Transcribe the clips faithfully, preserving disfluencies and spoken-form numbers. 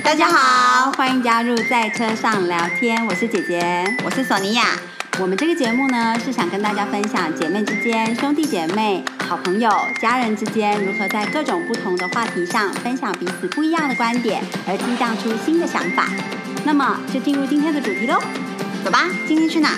大家好， 欢迎加入在车上聊天，我是姐姐， 我是索尼娅。 我们这个节目呢，是想跟大家分享姐妹之间、兄弟姐妹、好朋友、家人之间如何在各种不同的话题上分享彼此不一样的观点，而激荡出新的想法。那么就进入今天的主题咯， 走吧，今天去哪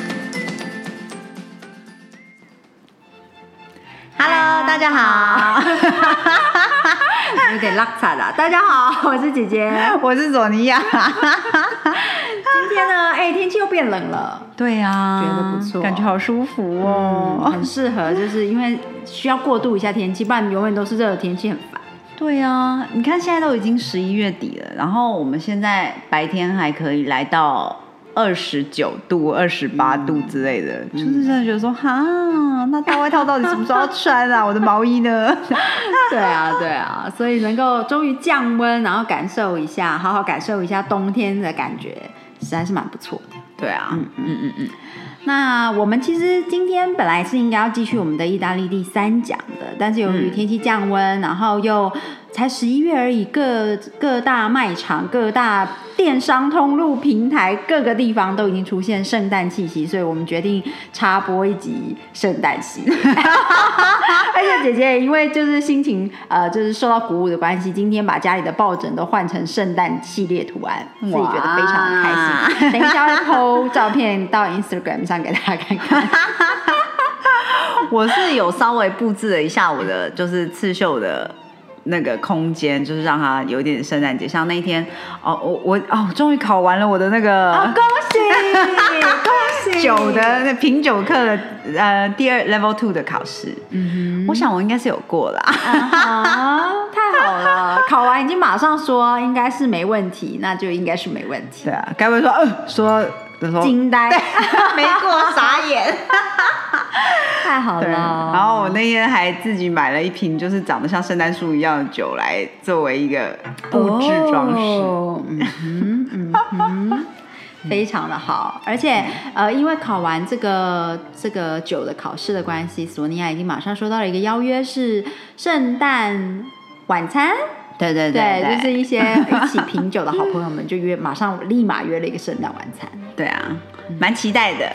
？Hello， 大家好。 有点拉惨了。大家好，我是姐姐， 我是索尼娅。 今天呢，哎、欸，天气又变冷了。 对啊， 觉得不错， 感觉好舒服哦， 嗯、很适合，就是因为需要过渡一下天气，不然永远都是热的天气，很烦。 对啊，你看现在都已经十一月底了，然后我们现在白天还可以来到二十九度、二十八度之类的，嗯、就是真的觉得说，哈，那大外套到底什么时候要穿啊？我的毛衣呢？ 对啊，对啊，所以能够终于降温，然后感受一下，好好感受一下冬天的感觉，实在是蛮不错的。 对啊，嗯嗯嗯嗯。 那我们其实今天本来是应该要继续我们的意大利第三讲的，但是由于天气降温，然后又才十一月而已，各各大卖场、各大电商通路平台各个地方都已经出现圣诞气息，所以我们决定插播一集圣诞系列。而且姐姐因为就是心情呃就是受到鼓舞的关系，今天把家里的抱枕都换成圣诞系列图案，自己觉得非常的开心。等一下会 po 照片到 Instagram 上给大家看看。 我是有稍微布置了一下我的就是刺绣的那个空间，就是让它有一点圣诞节。像那一天哦，我我哦，终于考完了我的那个， 哦、恭喜恭喜酒的那品酒课的呃第二 level two 的考试。嗯哼，我想我应该是有过啦。 啊，太好了，考完已经马上说应该是没问题，那就应该是没问题。 对啊，该不会说呃说说惊呆， 没过傻眼。 太好了。 然后我那天还自己买了一瓶就是长得像圣诞树一样的酒来作为一个布置装饰。 哦、嗯哼嗯哼非常的好。而且呃，因为考完这个这个酒的考试的关系，索尼娅已经马上收到了一个邀约，是圣诞晚餐。 对对 对, 对，就是一些一起品酒的好朋友们就约，马上立马约了一个圣诞晚餐。 对啊，蛮期待的。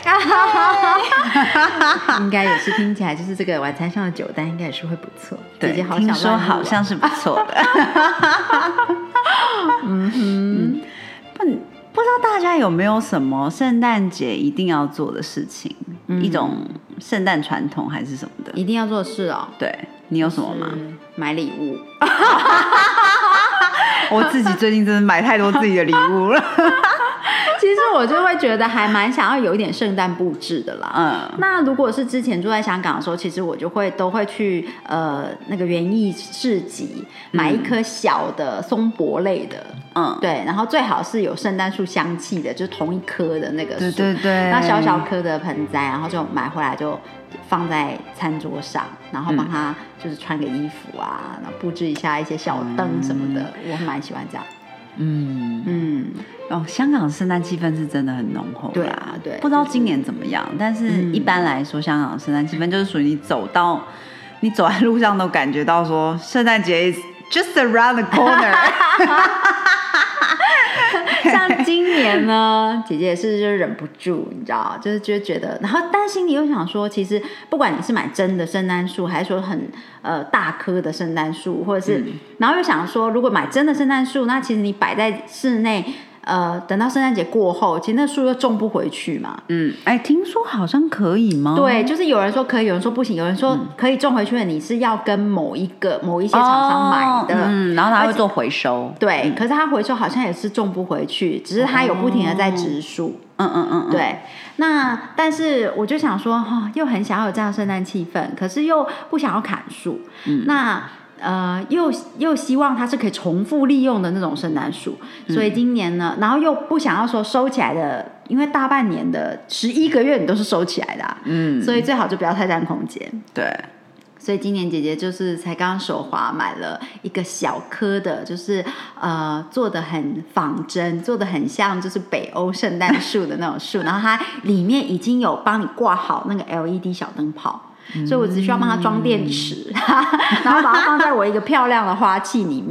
应该也是听起来就是这个晚餐上的酒单应该也是会不错。 对， 姐姐好想听说好像是不错的。嗯哼，不不知道大家有没有什么圣诞节一定要做的事情，嗯、一种圣诞传统还是什么的？ 一定要做的事哦。 对，你有什么吗？ 买礼物。 我自己最近真的买太多自己的礼物了。 其实我就会觉得还蛮想要有一点圣诞布置的啦。嗯，那如果是之前住在香港的时候，其实我就会都会去呃那个园艺市集买一颗小的松柏类的，嗯，对，然后最好是有圣诞树香气的，就是同一棵的那个树， 对对对， 那小小颗的盆栽，然后就买回来就放在餐桌上，然后帮它就是穿个衣服啊，然后布置一下一些小灯什么的，嗯、我蛮喜欢这样。嗯嗯，哦，香港的圣诞气氛是真的很浓厚。 对啊，对， 不知道今年怎么样，就是、但是一般来说，香港的圣诞气氛就是属于你走到，你走在路上都感觉到说，圣诞节 is just around the corner。 像今年呢，姐姐也是就忍不住，你知道，就是就觉得，然后但心里又想说，其实不管你是买真的圣诞树，还是说很呃大棵的圣诞树，或者是，嗯、然后又想说，如果买真的圣诞树，那其实你摆在室内。呃，等到圣诞节过后，其实那树又种不回去嘛。 嗯，哎，听说好像可以吗？ 对，就是有人说可以，有人说不行，有人说可以种回去的，你是要跟某一个某一些厂商买的， 哦、嗯，然后他会做回收。 对，嗯、可是他回收好像也是种不回去，只是他有不停的在植树。 嗯嗯嗯， 对。那但是我就想说，哦，又很想要有这样的圣诞气氛，可是又不想要砍树。嗯，那。呃，又又希望它是可以重复利用的那种圣诞树，所以今年呢，然后又不想要说收起来的，因为大半年的十一个月你都是收起来的、啊，嗯，所以最好就不要太占空间。 对， 所以今年姐姐就是才刚刚手滑买了一个小颗的，就是呃做的很仿真，做的很像就是北欧圣诞树的那种树，然后它里面已经有帮你挂好那个 L E D 小灯泡。所以我只需要帮它装电池，然后把它放在我一个漂亮的花器里面，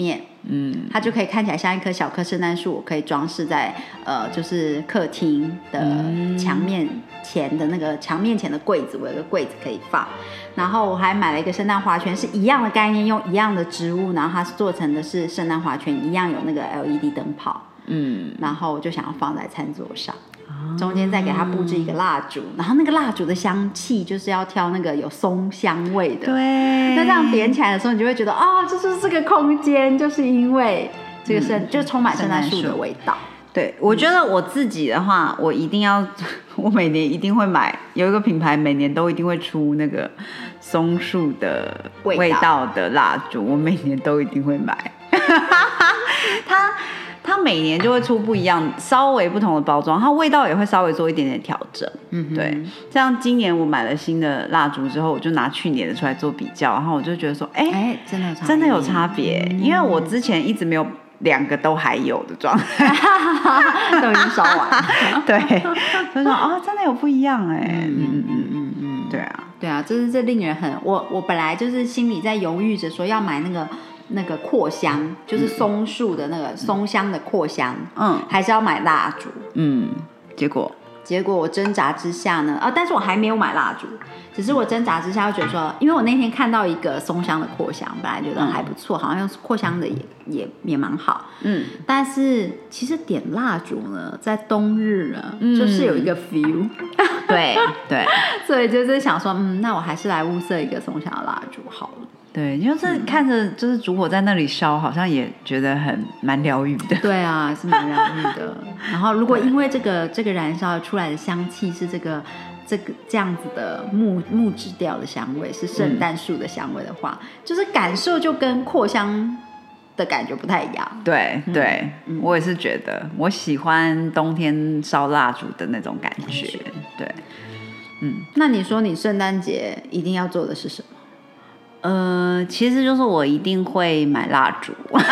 嗯，它就可以看起来像一棵小棵圣诞树，我可以装饰在呃，就是客厅的墙面前的那个墙面前的柜子，我有个柜子可以放。然后我还买了一个圣诞花圈，是一样的概念，用一样的植物，然后它做成的是圣诞花圈，一样有那个 L E D 灯泡。嗯，然后我就想要放在餐桌上，中间再给它布置一个蜡烛，然后那个蜡烛的香气就是要挑那个有松香味的。 对， 那这样点起来的时候，你就会觉得哦，这就是这个空间，就是因为这个圣、嗯、就充满圣诞树的味道。 对，我觉得我自己的话，我一定要，我每年一定会买，有一个品牌每年都一定会出那个松树的味道的蜡烛，我每年都一定会买。它它每年就会出不一样、稍微不同的包装，它味道也会稍微做一点点调整。嗯，对。像今年我买了新的蜡烛之后，我就拿去年的出来做比较，然后我就觉得说，哎、欸欸，真的有差别， 真的有差别、嗯，因为我之前一直没有。两个都还有的状态， 都已经烧完了。 对，所以说哦，真的有不一样哎、欸，嗯嗯嗯嗯嗯，对啊， 对啊，就是这令人很，我我本来就是心里在犹豫着说要买那个那个扩香，就是松树的那个松香的扩香，嗯，还是要买蜡烛，嗯， 结果结果我挣扎之下呢，啊，但是我还没有买蜡烛。只是我挣扎之下，就觉得说，因为我那天看到一个松香的扩香，本来觉得还不错，嗯、好像用扩香的也也也蛮好，嗯。但是其实点蜡烛呢，在冬日呢，嗯、就是有一个 feel， 对对， 所以就是想说，嗯，那我还是来物色一个松香的蜡烛好了。 对，就是看着就是烛火在那里烧，好像也觉得很蛮疗愈的。 对啊，是蛮疗愈的。然后如果因为这个这个燃烧出来的香气是这个。这个这样子的木木质调的香味是圣诞树的香味的话、嗯，就是感受就跟扩香的感觉不太一样。 对对、嗯，我也是觉得，我喜欢冬天烧蜡烛的那种感觉。对， 嗯，那你说你圣诞节一定要做的是什么？ 呃，其实就是我一定会买蜡烛。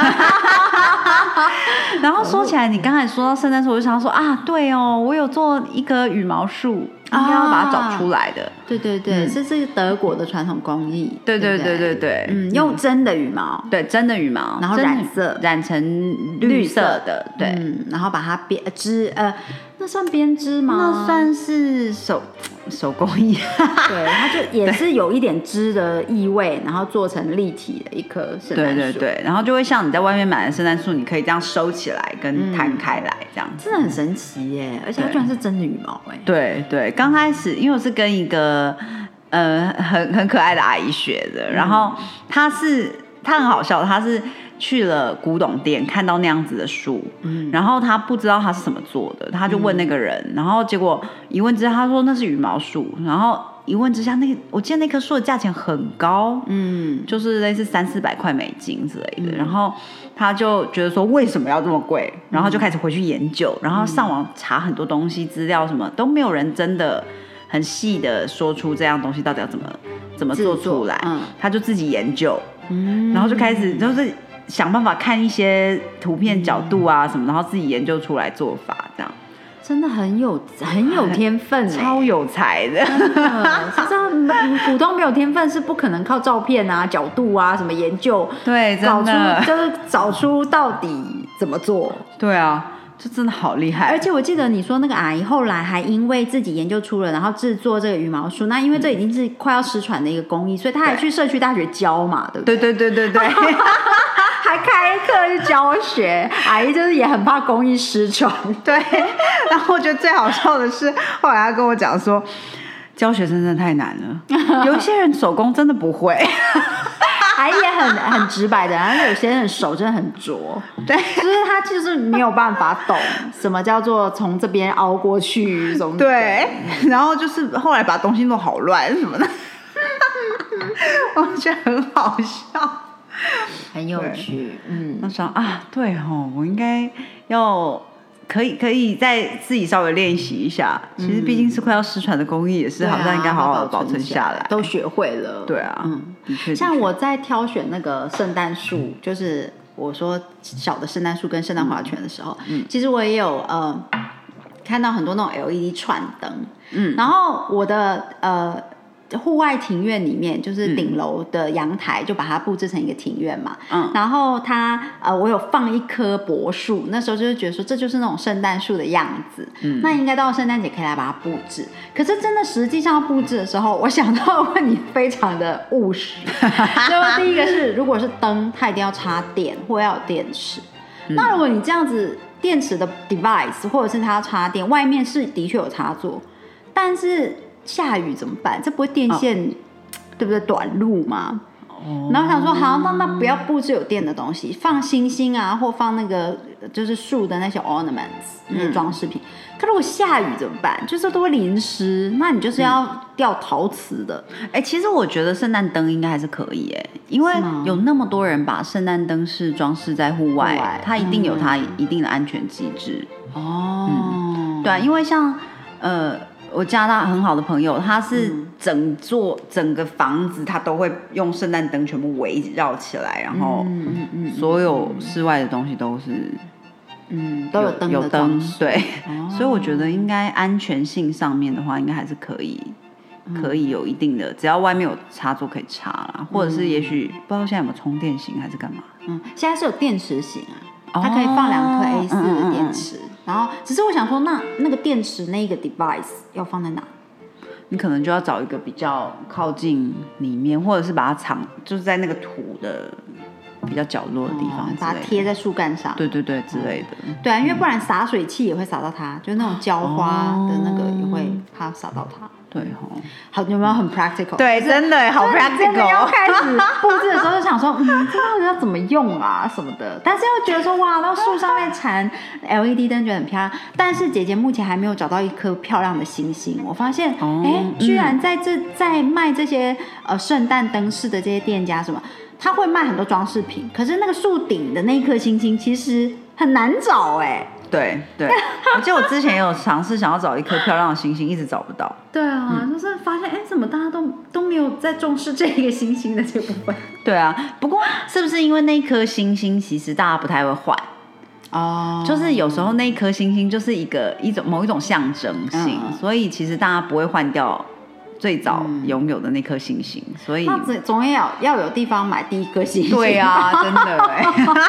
然后说起来，你刚才说到圣诞树，我就想说啊，对哦，我有做一棵羽毛树，应该要把它找出来的。啊、 对对对，这、嗯、是德国的传统工艺。 对对对对对， 嗯，用真的羽毛， 对，真的羽毛， 然后染色， 染成绿色的，对， 嗯，然后把它编织，呃，那算编织吗？ 那算是手手工艺。 对，它就也是有一点织的意味，然后做成立体的一棵圣诞树。 对对对，然后就会像你在外面买的圣诞树，你可以这样收起来跟摊开来，这样、嗯、 真的很神奇耶！而且它居然是真的羽毛哎。 对对，刚开始因为我是跟一个呃很很可爱的阿姨学的，然后她是她很好笑，她是去了古董店看到那样子的树，嗯，然后她不知道它是怎么做的，她就问那个人，嗯、然后结果一问之下，他说那是羽毛树，然后一问之下，那个我记得那棵树的价钱很高，嗯，就是类似三四百块美金之类的，嗯、然后他就觉得说为什么要这么贵，然后就开始回去研究，然后上网查很多东西资料，什么都没有人真的很细的说出这样东西到底要怎么怎么做出来，嗯，他就自己研究，嗯，然后就开始就是想办法看一些图片角度啊什么，然后自己研究出来做法这样。 真的很有很有天分， 超有才的。 真的，这样普通没有天分是不可能靠照片啊、角度啊什么研究， 对，真的找出就是找出到底怎么做。 对啊，这真的好厉害。 而且我记得你说那个阿姨后来还因为自己研究出了，然后制作这个羽毛树，那因为这已经是快要失传的一个工艺，所以她还去社区大学教嘛，对不对？ 对对对对对。 还开课去教学，阿姨就是也很怕工艺失传。 对，然后我觉得最好笑的是，后来他跟我讲说，教学真的太难了，有一些人手工真的不会。 阿姨也很很直白的，然后有些人手真的很拙， 对， 就是他就是没有办法懂什么叫做从这边凹过去，什么对，然后就是后来把东西弄好乱什么的，我觉得很好笑。 很有趣，嗯， 那想啊，对哦，我应该要可以可以再自己稍微练习一下。嗯、其实毕竟是快要失传的工艺，也是好像应该好好的保存下来， 都学会了。 对啊，嗯，的确。 像我在挑选那个圣诞树，就是我说小的圣诞树跟圣诞花圈的时候，嗯，其实我也有呃看到很多那种 L E D 串灯，嗯，然后我的呃。 户外庭院里面，就是顶楼的阳台，就把它布置成一个庭院嘛。嗯，然后它呃，我有放一棵柏树，那时候就是觉得说这就是那种圣诞树的样子。嗯，那应该到圣诞节可以来把它布置。可是真的实际上要布置的时候，我想到的问题非常的务实。就第一个是，如果是灯，它一定要插电或要有电池。嗯、那如果你这样子，电池的 device 或者是它要插电，外面是的确有插座，但是下雨怎么办？这不会电线、哦、对不对？短路吗？哦、然后想说好，那那不要布置有电的东西，放星星啊，或放那个就是树的那些 ornaments 那些装饰品。嗯、可如果下雨怎么办？就是都会淋湿，那你就是要吊陶瓷的。 哎、嗯，其实我觉得圣诞灯应该还是可以哎，因为有那么多人把圣诞灯饰装饰在户外，户外它一定有它一定的安全机制。哦、嗯，对啊，因为像呃。我加拿大很好的朋友，他是整座、嗯、整个房子，他都会用圣诞灯全部围绕起来，然后所有室外的东西都是， 嗯，都有灯有灯，对、哦，所以我觉得应该安全性上面的话，应该还是可以，嗯、可以有一定的，只要外面有插座可以插啦，或者是也许、嗯、不知道现在有没有充电型还是干嘛， 嗯，现在是有电池型啊，它可以放两颗 A 四 的电池。嗯嗯嗯，然后，只是我想说，那那个电池那个 device 要放在哪？ 你可能就要找一个比较靠近里面，或者是把它藏，就是在那个土的比较角落的地方、哦， 把它贴在树干上。 对对对，之类的。 嗯、对啊，因为不然洒水器也会洒到它，就是那种浇花的那个也会怕洒到它。 对哦， 好，有没有很 practical？ 对，真的好 practical。真的要开始布置的时候就想说，嗯，这到底要怎么用啊什么的，但是又觉得说，哇，到树上面缠 L E D 灯觉得很漂亮。但是姐姐目前还没有找到一颗漂亮的星星。我发现，哎、哦，居然在这在卖这些呃圣诞灯饰的这些店家什么，他会卖很多装饰品，可是那个树顶的那一颗星星其实很难找哎、欸。 对对，我记得我之前有尝试想要找一颗漂亮的星星，一直找不到。 对啊，嗯、就是发现，哎，怎么大家都都没有在重视这个星星的这部分？ 对啊，不过是不是因为那一颗星星，其实大家不太会换？哦，就是有时候那一颗星星就是一个一种某一种象征性、嗯，所以其实大家不会换掉最早拥有的那颗星星，嗯、所以那总要要有地方买第一颗星星。 对啊，真的哎。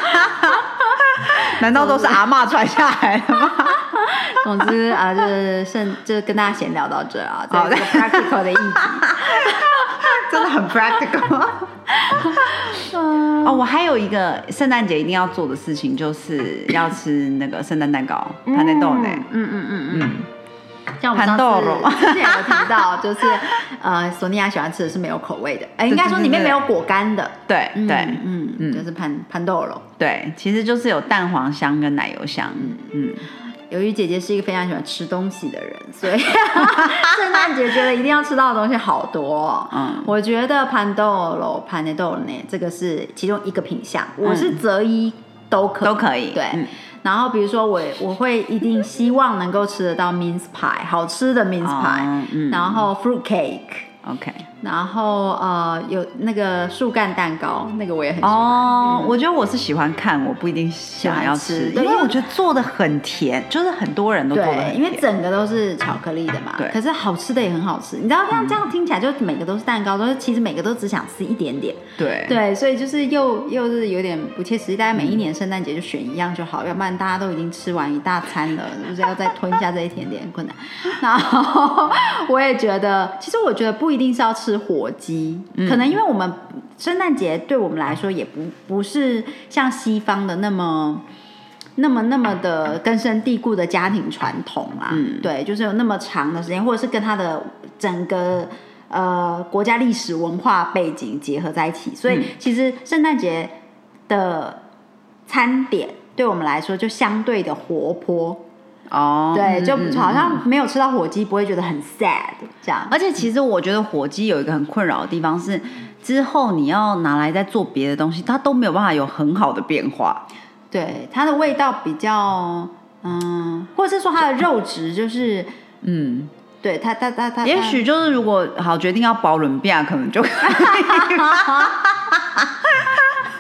难道都是阿嬷传下来的吗？ 总之啊，就是甚就跟大家闲聊到这啊，这个 practical 的议题， 真的很 practical。哦，我还有一个圣诞节一定要做的事情，就是要吃那个圣诞蛋糕 panettone。嗯嗯嗯嗯嗯。 像我们上次之前有提到，就是呃，索尼娅喜欢吃的是没有口味的，哎、呃，应该说里面没有果干的， 对对， 嗯嗯，就是潘潘豆肉， 对，其实就是有蛋黄香跟奶油香，嗯嗯。 由于姐姐是一个非常喜欢吃东西的人，所以圣诞节觉得一定要吃到的东西好多、哦。嗯，我觉得潘豆肉、潘内豆呢，这个是其中一个品项，我是择一都可以都可以， 对。 嗯， 然后比如说我我会一定希望能够吃得到 mince pie 好吃的 mince pie，、哦嗯、然后 fruit cake。OK， 然后呃有那个树干蛋糕，那个我也很喜欢。哦、 嗯，我觉得我是喜欢看，我不一定想要吃，因为我觉得做的很甜，就是很多人都做的很甜， 因为整个都是巧克力的嘛。对，可是好吃的也很好吃。你知道这样这样听起来，就每个都是蛋糕，都是其实每个都只想吃一点点。 对对，所以就是又又是有点不切实际。大家每一年圣诞节就选一样就好，要不然大家都已经吃完一大餐了，就是要再吞下这一点点很困难。然后我也觉得，其实我觉得不一定是要吃火鸡、嗯、可能因为我们圣诞节对我们来说也不不是像西方的那么那么那么的根深蒂固的家庭传统啦、嗯、对，就是有那么长的时间，或者是跟它的整个呃国家历史文化背景结合在一起，所以其实圣诞节的餐点对我们来说就相对的活泼哦，对，就好像没有吃到火鸡不会觉得很 sad 这样。 而且其实我觉得火鸡有一个很困扰的地方是，之后你要拿来再做别的东西，它都没有办法有很好的变化。 对，它的味道比较嗯，或者是说它的肉质就是嗯，对它它它它， 也许就是如果好决定要包轮变，可能就可以。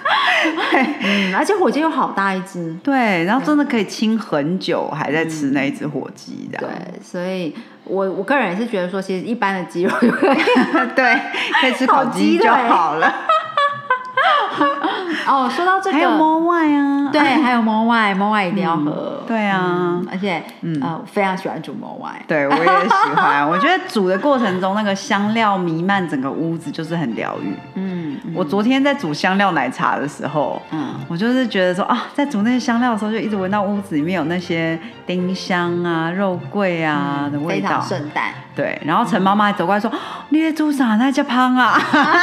嗯，而且火鸡又好大一只， 对，然后真的可以清很久，还在吃那一只火鸡这样。 对，所以我我个人也是觉得说，其实一般的鸡肉就可以， 对，可以吃烤鸡就好了。 哦，说到这个， 还有猫外啊， 对，还有猫外，猫外一定要喝。 嗯、对啊、 嗯，而且、嗯、呃，我非常喜欢煮猫外。 对，我也喜欢。我觉得煮的过程中，那个香料弥漫整个屋子，就是很疗愈。嗯，我昨天在煮香料奶茶的时候，嗯，我就是觉得说啊，在煮那些香料的时候，就一直闻到屋子里面有那些丁香啊、肉桂啊的味道， 非常圣诞。 对，然后陈妈妈还走过来说：“嗯、你在煮啥？那叫胖啊！”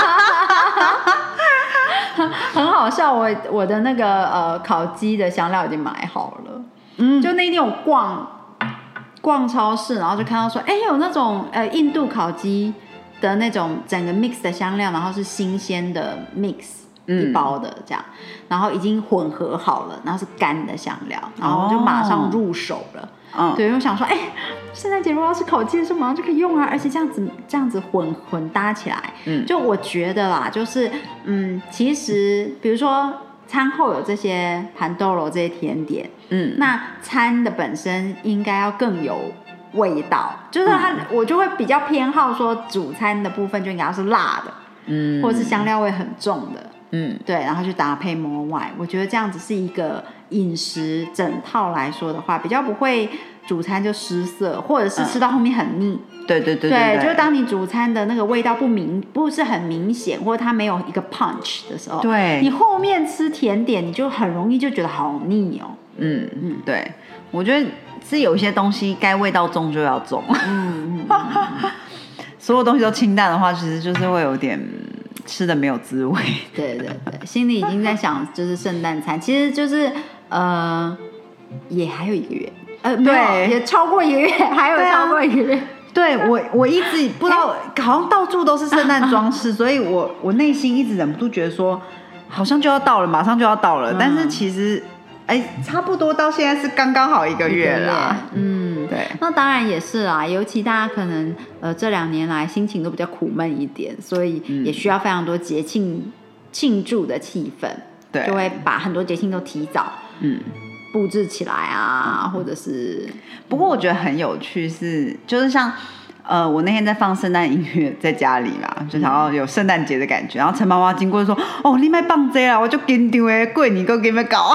很好笑，我我的那个呃烤鸡的香料已经买好了，嗯，就那天我逛逛超市，然后就看到说，哎，有那种呃印度烤鸡的那种整个 mix 的香料，然后是新鲜的 mix 一包的这样，嗯、然后已经混合好了，然后是干的香料，然后我就马上入手了。哦、对，我想说，哎，圣诞节如果要是烤鸡的时候，马上就可以用啊，而且这样子这样子混混搭起来，嗯，就我觉得啦，就是嗯，其实比如说餐后有这些盘豆罗这些甜点，嗯，那餐的本身应该要更有味道，就是它、嗯、我就会比较偏好说主餐的部分就应该要是辣的，嗯，或者是香料味很重的。嗯，对，然后去搭配魔外，我觉得这样子是一个饮食整套来说的话，比较不会主餐就失色，或者是吃到后面很腻。 嗯、对对对 对, 对, 对，就是当你主餐的那个味道不明，不是很明显，或者它没有一个 punch 的时候， 对， 你后面吃甜点，你就很容易就觉得好腻哦。 嗯嗯，对，我觉得是有些东西该味道重就要重。嗯嗯，所有东西都清淡的话，其实就是会有点。吃的没有滋味， 对对对，心里已经在想就是圣诞餐，其实就是呃，也还有一个月，呃，对，也超过一个月，还有超过一个月。 对, 对我我一直不知道，好像到处都是圣诞装饰，所以我我内心一直忍不住觉得说，好像就要到了，马上就要到了，嗯、但是其实哎，差不多到现在是刚刚好一个月啦，嗯，对， 那当然也是啦，尤其大家可能呃这两年来心情都比较苦闷一点，所以也需要非常多节庆庆祝的气氛，对，就会把很多节庆都提早嗯布置起来啊，嗯、或者是， 不过我觉得很有趣是，就是像。呃，我那天在放圣诞音乐，在家里嘛，就想要有圣诞节的感觉。然后陈妈妈经过就说：“哦，你卖放这啦，我就紧张诶，过年够给你们搞。”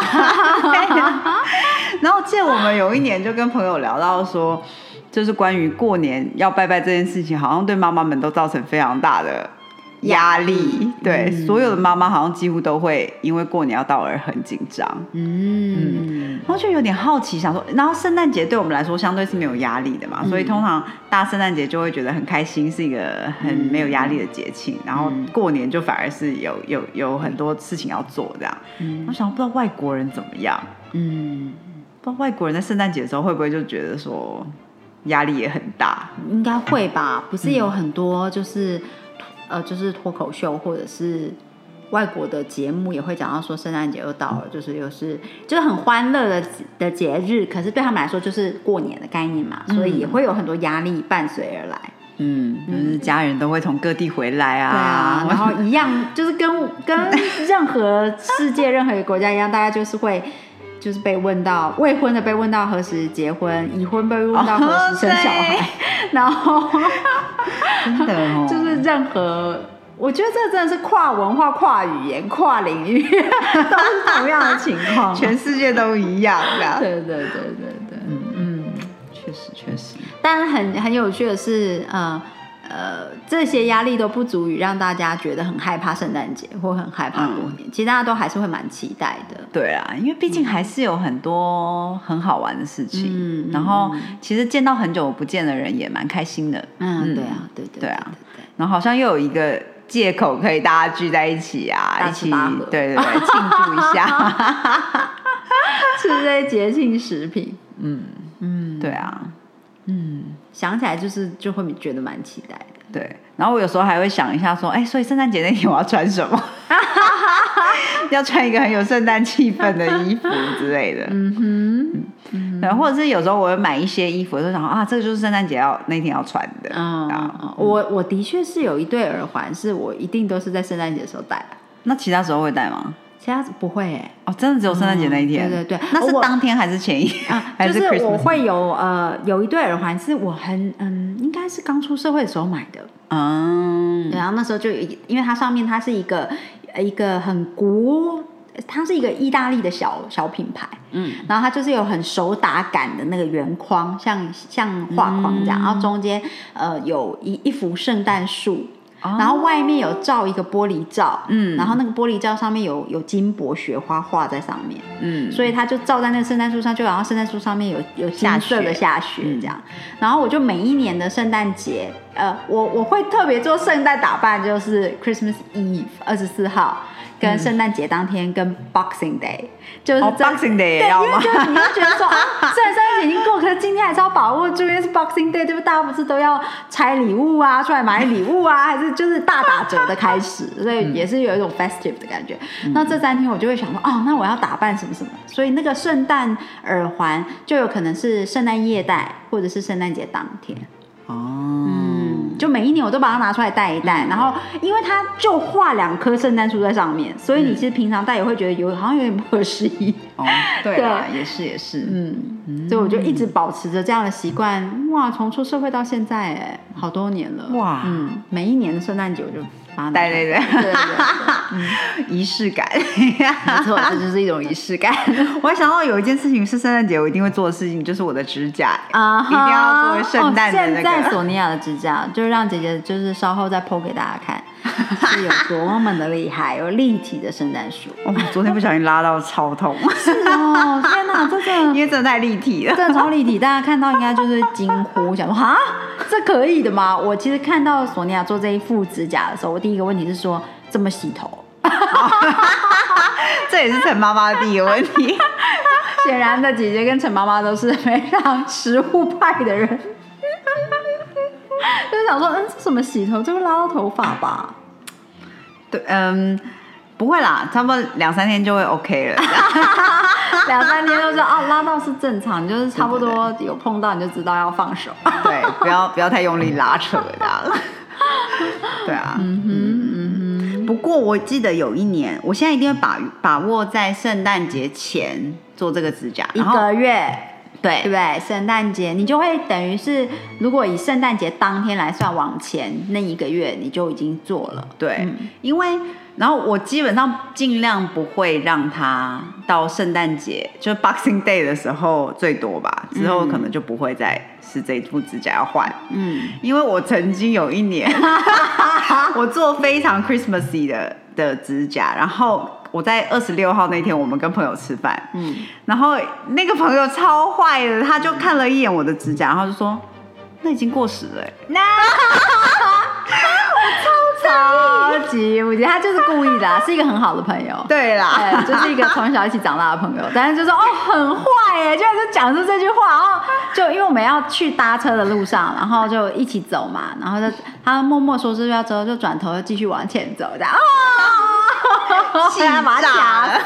然后记得我们有一年就跟朋友聊到说，就是关于过年要拜拜这件事情，好像对妈妈们都造成非常大的压力。对、嗯，所有的妈妈好像几乎都会因为过年要到而很紧张。嗯嗯，然后就有点好奇，想说，然后圣诞节对我们来说相对是没有压力的嘛，嗯、所以通常大圣诞节就会觉得很开心，是一个很没有压力的节庆。嗯、然后过年就反而是有有有很多事情要做这样。嗯，我想不知道外国人怎么样。嗯，不知道外国人在圣诞节的时候会不会就觉得说压力也很大？ 应该会吧，不是有很多就是。嗯呃，就是脱口秀或者是外国的节目也会讲到说圣诞节又到了，就是又是就是很欢乐的的节日，可是对他们来说就是过年的概念嘛，嗯、所以也会有很多压力伴随而来。 嗯，就是家人都会从各地回来啊， 对啊，然后一样就是跟跟任何世界任何一个国家一样，大家就是会。就是被问到未婚的被问到何时结婚，已婚被问到何时生小孩，哦、然后真的哦， 就是任何，我觉得这真的是跨文化、跨语言、跨领域，都是同样的情况， 全世界都一样的。 对对对对对，嗯嗯， 确实确实。 但很很有趣的是，呃。呃，这些压力都不足以让大家觉得很害怕圣诞节或很害怕过年，嗯、其实大家都还是会蛮期待的。 对啊，因为毕竟还是有很多很好玩的事情，嗯、然后其实见到很久不见的人也蛮开心的。 嗯，嗯对啊，对对对啊，然后好像又有一个借口可以大家聚在一起啊，一起对对对庆祝一下， 吃这些节庆食品。 嗯嗯，对啊。 嗯，想起来就是就会觉得蛮期待的。 对，然后我有时候还会想一下说，哎，所以圣诞节那天我要穿什么？要穿一个很有圣诞气氛的衣服之类的。嗯哼，嗯，对，或者是有时候我会买一些衣服，就想啊，这个就是圣诞节要那天要穿的。嗯， 嗯我我的确是有一对耳环，是我一定都是在圣诞节的时候戴的。 那其他时候会戴吗？ 其他不会哎、 哦，真的只有圣诞节那一天？ 嗯、对对对， 那是当天还是前一天？ 啊， 还就是是 Christmas？ 我会有呃有一对耳环是我很嗯应该是刚出社会的时候买的， 嗯， 然后那时候就有因为它上面它是一个一个很古。它是一个意大利的小小品牌，嗯，然后它就是有很手打感的那个圆框，像像画框这样，嗯、然后中间呃有一一幅圣诞树，哦、然后外面有罩一个玻璃罩，嗯，然后那个玻璃罩上面有有金箔雪花画在上面，嗯，所以它就罩在那个圣诞树上，就好像圣诞树上面有有金色的下雪这样，嗯、然后我就每一年的圣诞节，呃，我我会特别做圣诞打扮，就是 Christmas Eve 二十四号。跟圣诞节当天跟 Boxing Day 就是哦 Boxing Day 也要吗？ 对，因为就你就觉得说啊，虽然圣诞节已经过，可是今天还是要把握住，因为是 Boxing Day， 对不？大家不是都要拆礼物啊，出来买礼物啊，还是就是大打折的开始，所以也是有一种 festive 的感觉。嗯、那这三天我就会想说，哦，那我要打扮什么什么，所以那个圣诞耳环就有可能是圣诞夜戴，或者是圣诞节当天。哦，嗯，就每一年我都把它拿出来戴一戴，嗯、然后因为它就画两棵圣诞树在上面，所以你其实平常戴也会觉得有好像有点不合时宜。 哦，对啦，也是也是， 嗯，嗯所以我就一直保持着这样的习惯，哇，从出社会到现在，哎，好多年了，哇，嗯，每一年的圣诞节我就把它戴，对对对，对对对，仪式感， 没错，这就是一种仪式感。 我还想到有一件事情是圣诞节我一定会做的事情，就是我的指甲啊，一定要作为圣诞的那个。 哦、现在索尼娅的指甲，就让姐姐就是稍后再 po 给大家看，是有多么的厉害，有立体的圣诞树。 哦，昨天不小心拉到超痛。 是哦，天哪，这真的， 因为真的太立体了， 真的超立体，大家看到应该就是惊呼，想说哈，这可以的吗？我其实看到索尼娅做这一副指甲的时候，我第一个问题是说，怎么洗头？ 这也是陈妈妈的第一个问题。 显然的，姐姐跟陈妈妈都是非常实物派的人，就是想说，嗯，这怎么洗头？这会拉到头发吧？ 对，嗯，不会啦，差不多两三天就会 OK 了。 两三天就说啊，拉到是正常，就是差不多有碰到你就知道要放手。 对，不要不要太用力拉扯这样。对啊，嗯哼嗯哼。不过我记得有一年，我现在一定会把把握在圣诞节前做这个指甲， 一个月。 对， 对不对？圣诞节你就会等于是，如果以圣诞节当天来算，往前那一个月你就已经做了。 对，嗯、因为然后我基本上尽量不会让它到圣诞节，就是 Boxing Day 的时候最多吧，之后可能就不会再是这一副指甲要换。嗯，因为我曾经有一年，我做非常 Christmassy 的的指甲，然后。我在二十六号那天，我们跟朋友吃饭，嗯，然后那个朋友超坏的，他就看了一眼我的指甲，然后就说：“那已经过时了。”那我超超级，我觉得他就是故意的、啊，是一个很好的朋友。 对啦， 对，就是一个从小一起长大的朋友，但是就说哦很坏哎，就就讲出这句话，然后就因为我们要去搭车的路上，然后就一起走嘛，然后就他默默说是要走，就转头又继续往前走，这样啊。 气炸了，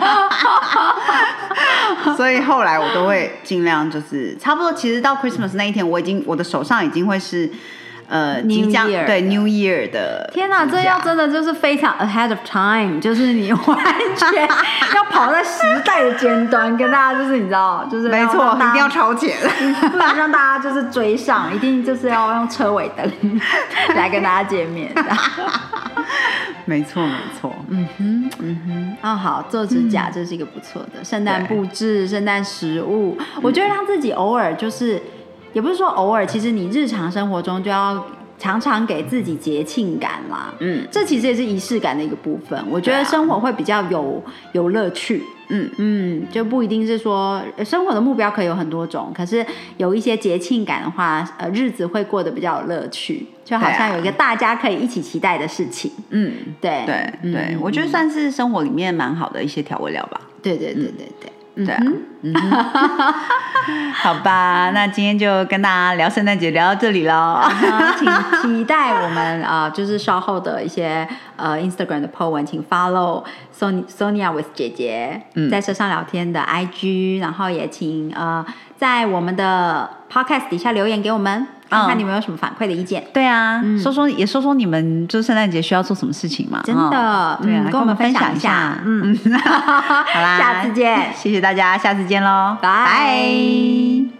所以后来我都会尽量就是差不多，其实到 Christmas 那一天，我已经我的手上已经会是呃即将对 New Year 的。 天哪，这要真的就是非常 ahead of time， 就是你完全要跑在时代的尖端，跟大家就是你知道，就是没错，一定要超前， 不然让大家就是追上，一定就是要用车尾灯来跟大家见面。 没错，没错， 嗯哼，嗯哼，哦，好，做指甲这是一个不错的圣诞布置、圣诞食物。我觉得让自己偶尔就是，也不是说偶尔，其实你日常生活中就要常常给自己节庆感啦。嗯，这其实也是仪式感的一个部分。我觉得生活会比较有有乐趣。嗯嗯，就不一定是说生活的目标可以有很多种，可是有一些节庆感的话，呃，日子会过得比较有乐趣，就好像有一个大家可以一起期待的事情。嗯，对对对，嗯、我觉得算是生活里面蛮好的一些调味料吧。 对对对对对。 嗯、对啊，嗯、好吧，那今天就跟大家聊圣诞节聊到这里喽， 请期待我们啊、呃，就是稍后的一些呃 Instagram 的 po 文，请 follow Sonia with 姐姐、嗯、在车上聊天的 I G， 然后也请呃在我们的 podcast 底下留言给我们。 看看你们有什么反馈的意见。 对啊，嗯、说说也说说你们就是圣诞节需要做什么事情嘛？ 真的，哦、对啊、嗯，跟我们分享一下。嗯， 好啦， 下次见， 谢谢大家，下次见喽， 拜。